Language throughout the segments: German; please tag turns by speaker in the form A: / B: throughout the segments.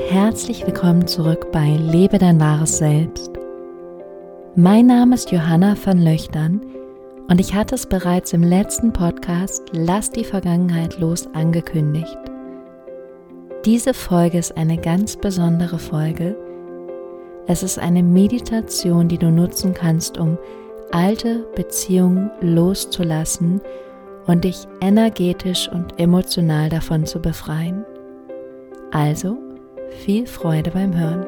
A: herzlich willkommen zurück bei Lebe dein wahres Selbst. Mein Name ist Johanna van Löchtern und ich hatte es bereits im letzten Podcast Lass die Vergangenheit los angekündigt. Diese Folge ist eine ganz besondere Folge. Es ist eine Meditation, die du nutzen kannst, um alte Beziehungen loszulassen und dich energetisch und emotional davon zu befreien. Also, viel Freude beim Hören.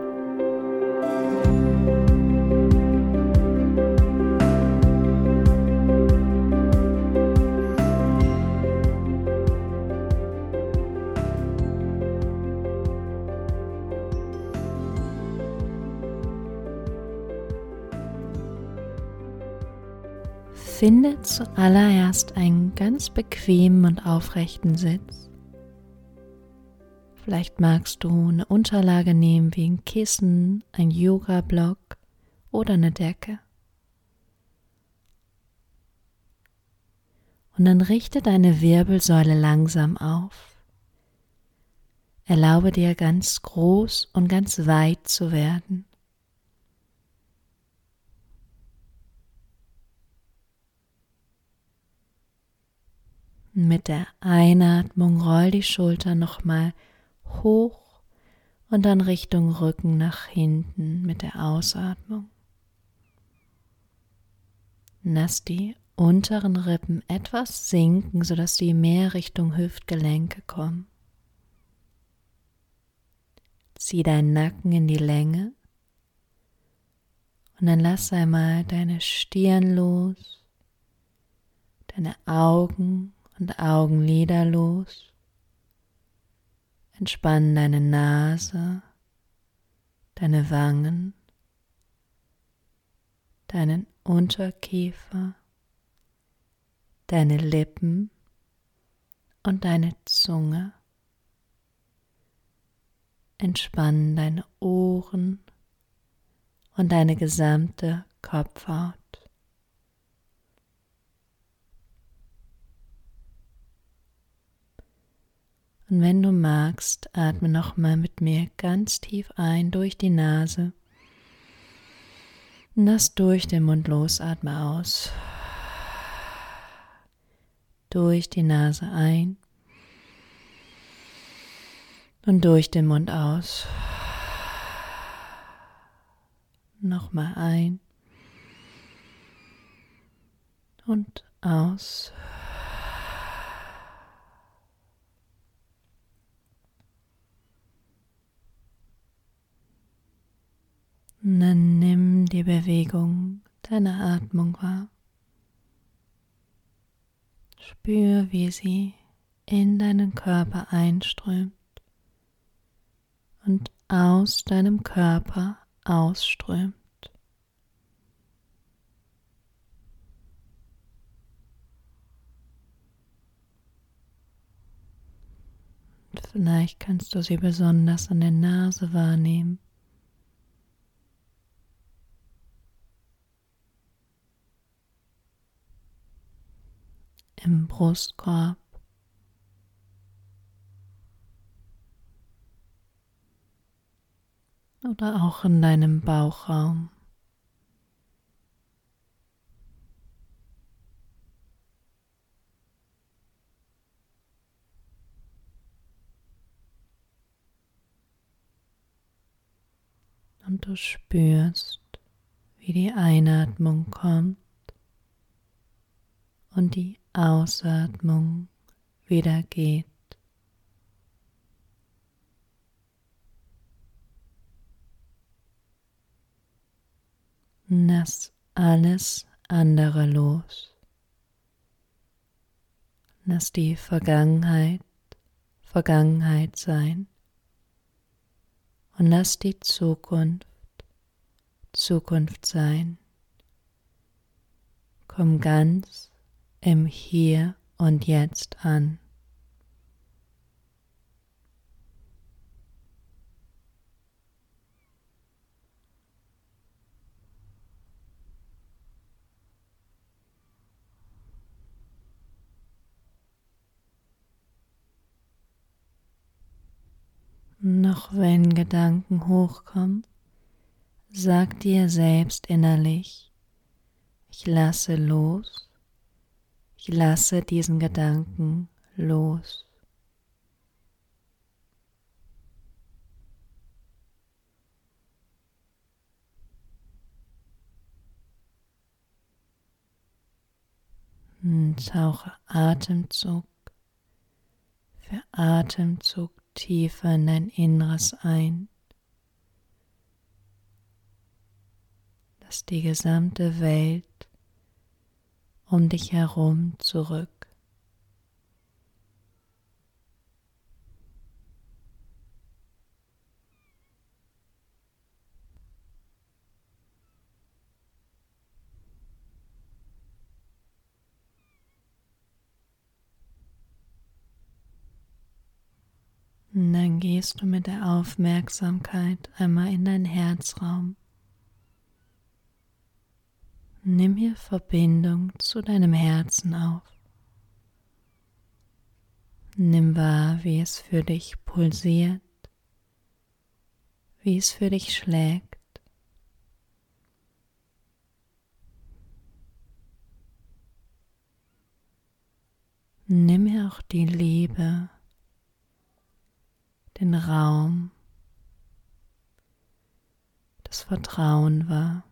A: Finde zuallererst einen ganz bequemen und aufrechten Sitz. Vielleicht magst du eine Unterlage nehmen wie ein Kissen, ein Yoga-Block oder eine Decke. Und dann richte deine Wirbelsäule langsam auf. Erlaube dir ganz groß und ganz weit zu werden. Mit der Einatmung roll die Schultern nochmal hoch und dann Richtung Rücken nach hinten mit der Ausatmung. Lass die unteren Rippen etwas sinken, sodass sie mehr Richtung Hüftgelenke kommen. Zieh deinen Nacken in die Länge und dann lass einmal deine Stirn los, deine Augen und Augenlider los. Entspann deine Nase, deine Wangen, deinen Unterkiefer, deine Lippen und deine Zunge. Entspann deine Ohren und deine gesamte Kopfhaut. Und wenn du magst, atme nochmal mit mir ganz tief ein durch die Nase und lass durch den Mund los, atme aus. Durch die Nase ein und durch den Mund aus. Nochmal ein und aus. Und dann nimm die Bewegung deiner Atmung wahr. Spür, wie sie in deinen Körper einströmt und aus deinem Körper ausströmt. Und vielleicht kannst du sie besonders an der Nase wahrnehmen. Im Brustkorb, oder auch in deinem Bauchraum. Und du spürst, wie die Einatmung kommt und die Ausatmung wieder geht. Lass alles andere los. Lass die Vergangenheit Vergangenheit sein und lass die Zukunft Zukunft sein. Komm ganz im Hier und Jetzt an. Noch wenn Gedanken hochkommen, sag dir selbst innerlich: Ich lasse los, ich lasse diesen Gedanken los. Und tauche Atemzug für Atemzug tiefer in dein Inneres ein. Lass die gesamte Welt um dich herum zurück. Und dann gehst du mit der Aufmerksamkeit einmal in deinen Herzraum. Nimm hier Verbindung zu deinem Herzen auf. Nimm wahr, wie es für dich pulsiert, wie es für dich schlägt. Nimm hier auch die Liebe, den Raum, das Vertrauen wahr.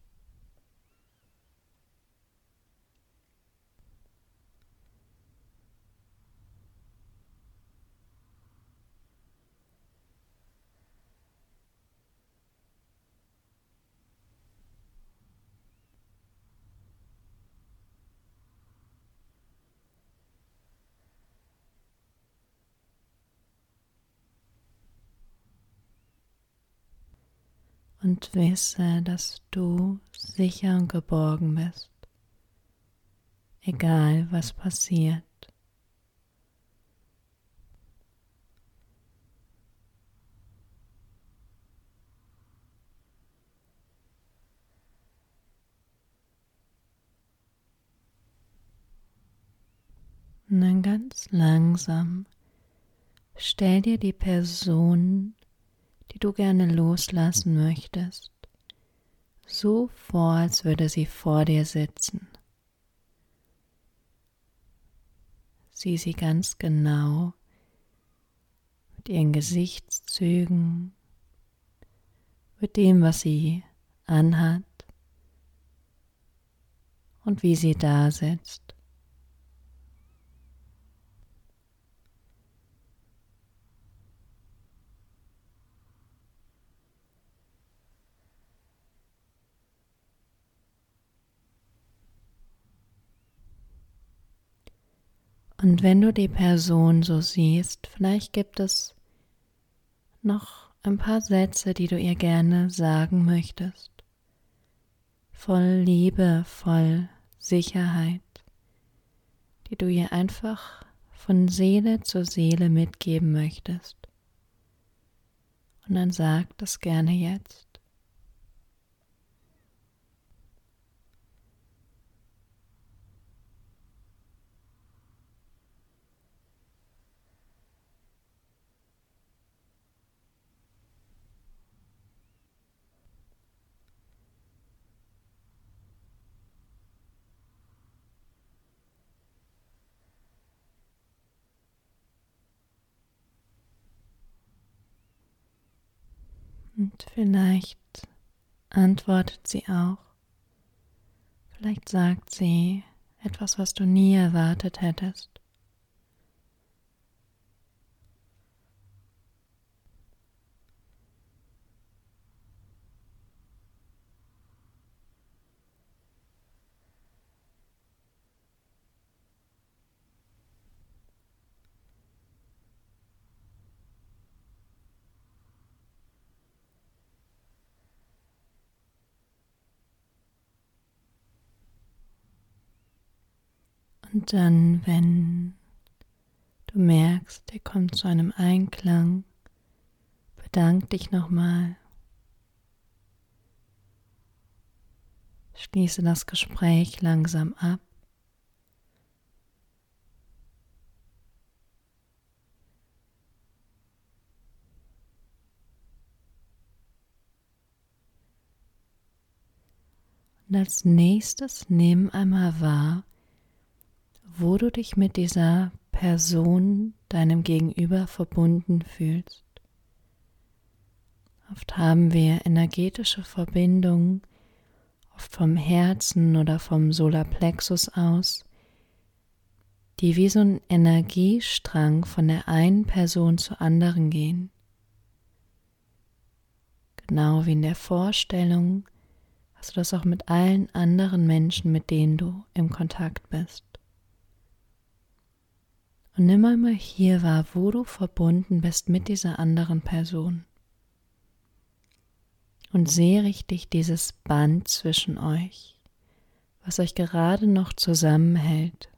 A: Und wisse, dass du sicher und geborgen bist, egal was passiert. Und dann ganz langsam stell dir die Person, die du gerne loslassen möchtest, so vor, als würde sie vor dir sitzen. Sieh sie ganz genau mit ihren Gesichtszügen, mit dem, was sie anhat und wie sie da sitzt. Und wenn du die Person so siehst, vielleicht gibt es noch ein paar Sätze, die du ihr gerne sagen möchtest. Voll Liebe, voll Sicherheit, die du ihr einfach von Seele zu Seele mitgeben möchtest. Und dann sag das gerne jetzt. Und vielleicht antwortet sie auch. Vielleicht sagt sie etwas, was du nie erwartet hättest. Und dann, wenn du merkst, er kommt zu einem Einklang, bedank dich nochmal. Schließe das Gespräch langsam ab. Und als nächstes nimm einmal wahr, wo du dich mit dieser Person, deinem Gegenüber, verbunden fühlst. Oft haben wir energetische Verbindungen, oft vom Herzen oder vom Solarplexus aus, die wie so ein Energiestrang von der einen Person zur anderen gehen. Genau wie in der Vorstellung hast du das auch mit allen anderen Menschen, mit denen du im Kontakt bist. Und nimm einmal hier wahr, wo du verbunden bist mit dieser anderen Person. Und sehe richtig dieses Band zwischen euch, was euch gerade noch zusammenhält.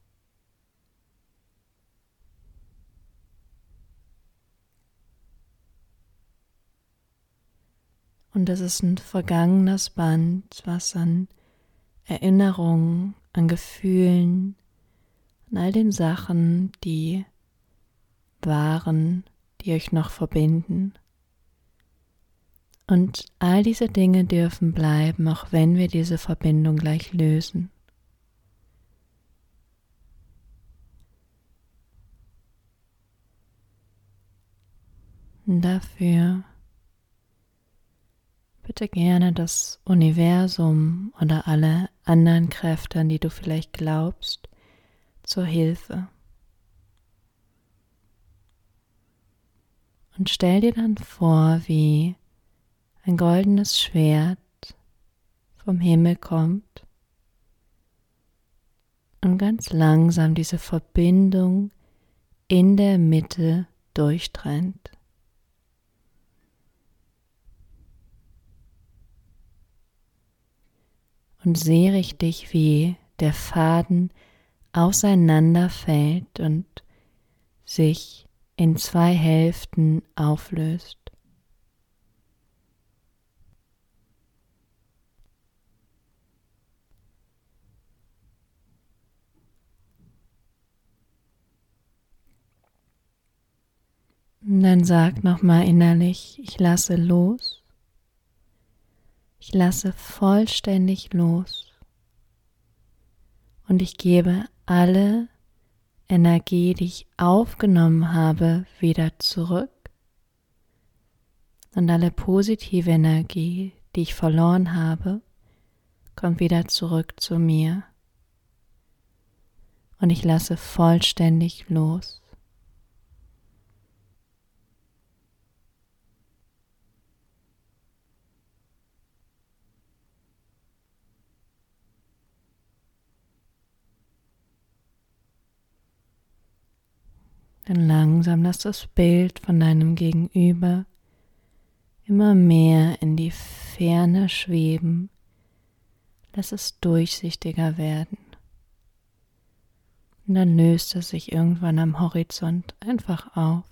A: Und es ist ein vergangenes Band, was an Erinnerungen, an Gefühlen, an all den Sachen, die waren, die euch noch verbinden. Und all diese Dinge dürfen bleiben, auch wenn wir diese Verbindung gleich lösen. Und dafür bitte gerne das Universum oder alle anderen Kräfte, an die du vielleicht glaubst, zur Hilfe. Und stell dir dann vor, wie ein goldenes Schwert vom Himmel kommt und ganz langsam diese Verbindung in der Mitte durchtrennt. Und sehe richtig, wie der Faden auseinanderfällt und sich in zwei Hälften auflöst. Und dann sag nochmal innerlich, ich lasse los. Ich lasse vollständig los. Und ich gebe alle Energie, die ich aufgenommen habe, wieder zurück. Und alle positive Energie, die ich verloren habe, kommt wieder zurück zu mir. Und ich lasse vollständig los. Dann langsam lass das Bild von deinem Gegenüber immer mehr in die Ferne schweben. Lass es durchsichtiger werden. Und dann löst es sich irgendwann am Horizont einfach auf.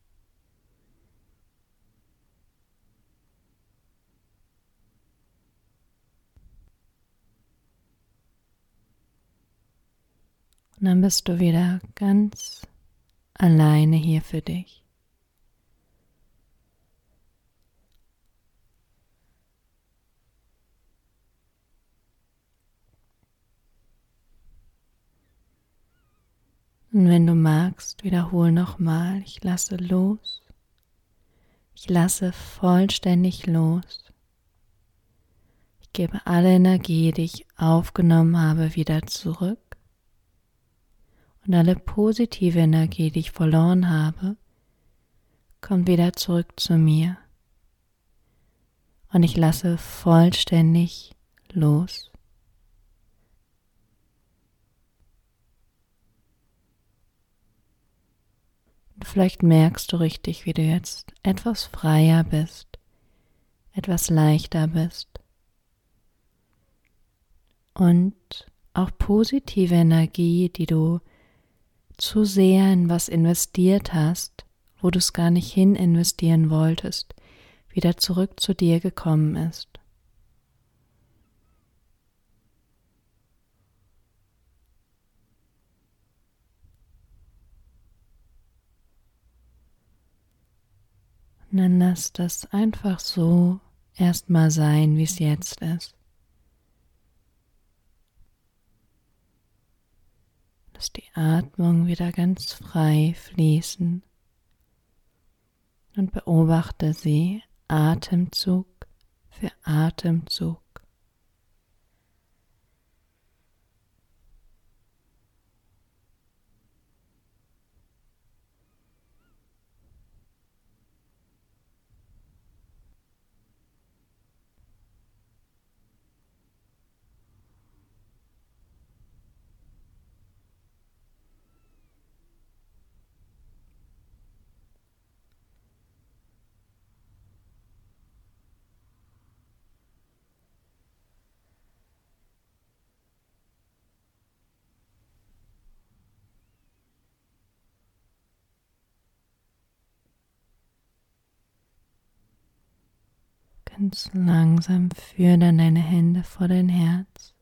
A: Und dann bist du wieder ganz alleine hier für dich. Und wenn du magst, wiederhol nochmal, ich lasse los. Ich lasse vollständig los. Ich gebe alle Energie, die ich aufgenommen habe, wieder zurück. Und alle positive Energie, die ich verloren habe, kommt wieder zurück zu mir. Und ich lasse vollständig los. Und vielleicht merkst du richtig, wie du jetzt etwas freier bist, etwas leichter bist. Und auch positive Energie, die du zu sehr in was investiert hast, wo du es gar nicht hin investieren wolltest, wieder zurück zu dir gekommen ist. Und dann lass das einfach so erstmal sein, wie es jetzt ist. Lass die Atmung wieder ganz frei fließen und beobachte sie Atemzug für Atemzug. Ganz langsam führ dann deine Hände vor dein Herz.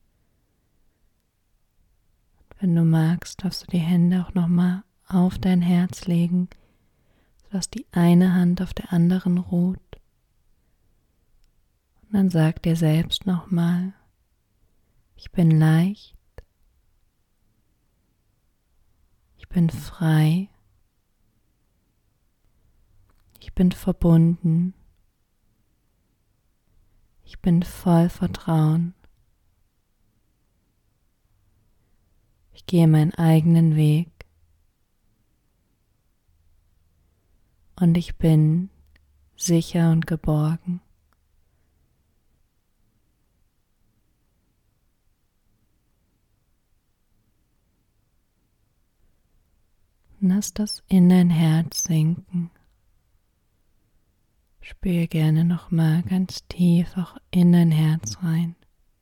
A: Und wenn du magst, darfst du die Hände auch nochmal auf dein Herz legen, sodass die eine Hand auf der anderen ruht. Und dann sag dir selbst nochmal: Ich bin leicht, ich bin frei, ich bin verbunden, ich bin voll Vertrauen. Ich gehe meinen eigenen Weg und ich bin sicher und geborgen. Lass das in dein Herz sinken. Spür gerne nochmal ganz tief auch in dein Herz rein.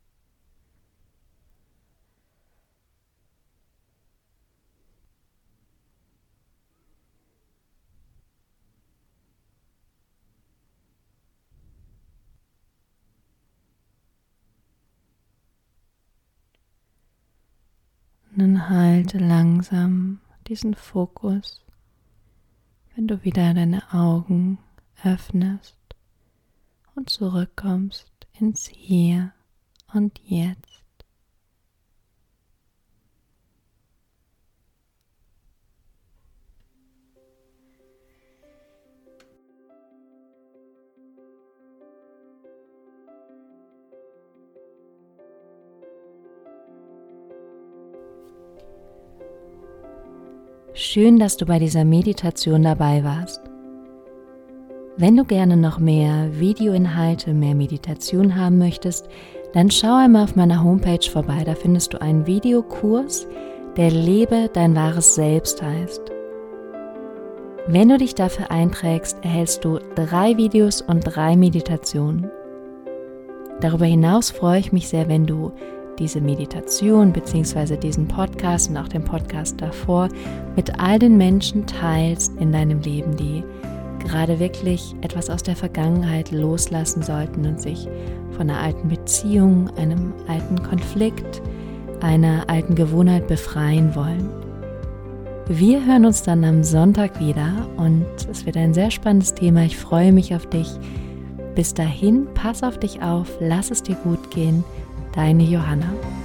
A: Und dann halte langsam diesen Fokus, wenn du wieder deine Augen öffnest und zurückkommst ins Hier und Jetzt. Schön, dass du bei dieser Meditation dabei warst. Wenn du gerne noch mehr Videoinhalte, mehr Meditation haben möchtest, dann schau einmal auf meiner Homepage vorbei. Da findest du einen Videokurs, der Lebe dein wahres Selbst heißt. Wenn du dich dafür einträgst, erhältst du 3 Videos und 3 Meditationen. Darüber hinaus freue ich mich sehr, wenn du diese Meditation bzw. diesen Podcast und auch den Podcast davor mit all den Menschen teilst in deinem Leben, die gerade wirklich etwas aus der Vergangenheit loslassen sollten und sich von einer alten Beziehung, einem alten Konflikt, einer alten Gewohnheit befreien wollen. Wir hören uns dann am Sonntag wieder und es wird ein sehr spannendes Thema. Ich freue mich auf dich. Bis dahin, pass auf dich auf, lass es dir gut gehen. Deine Johanna.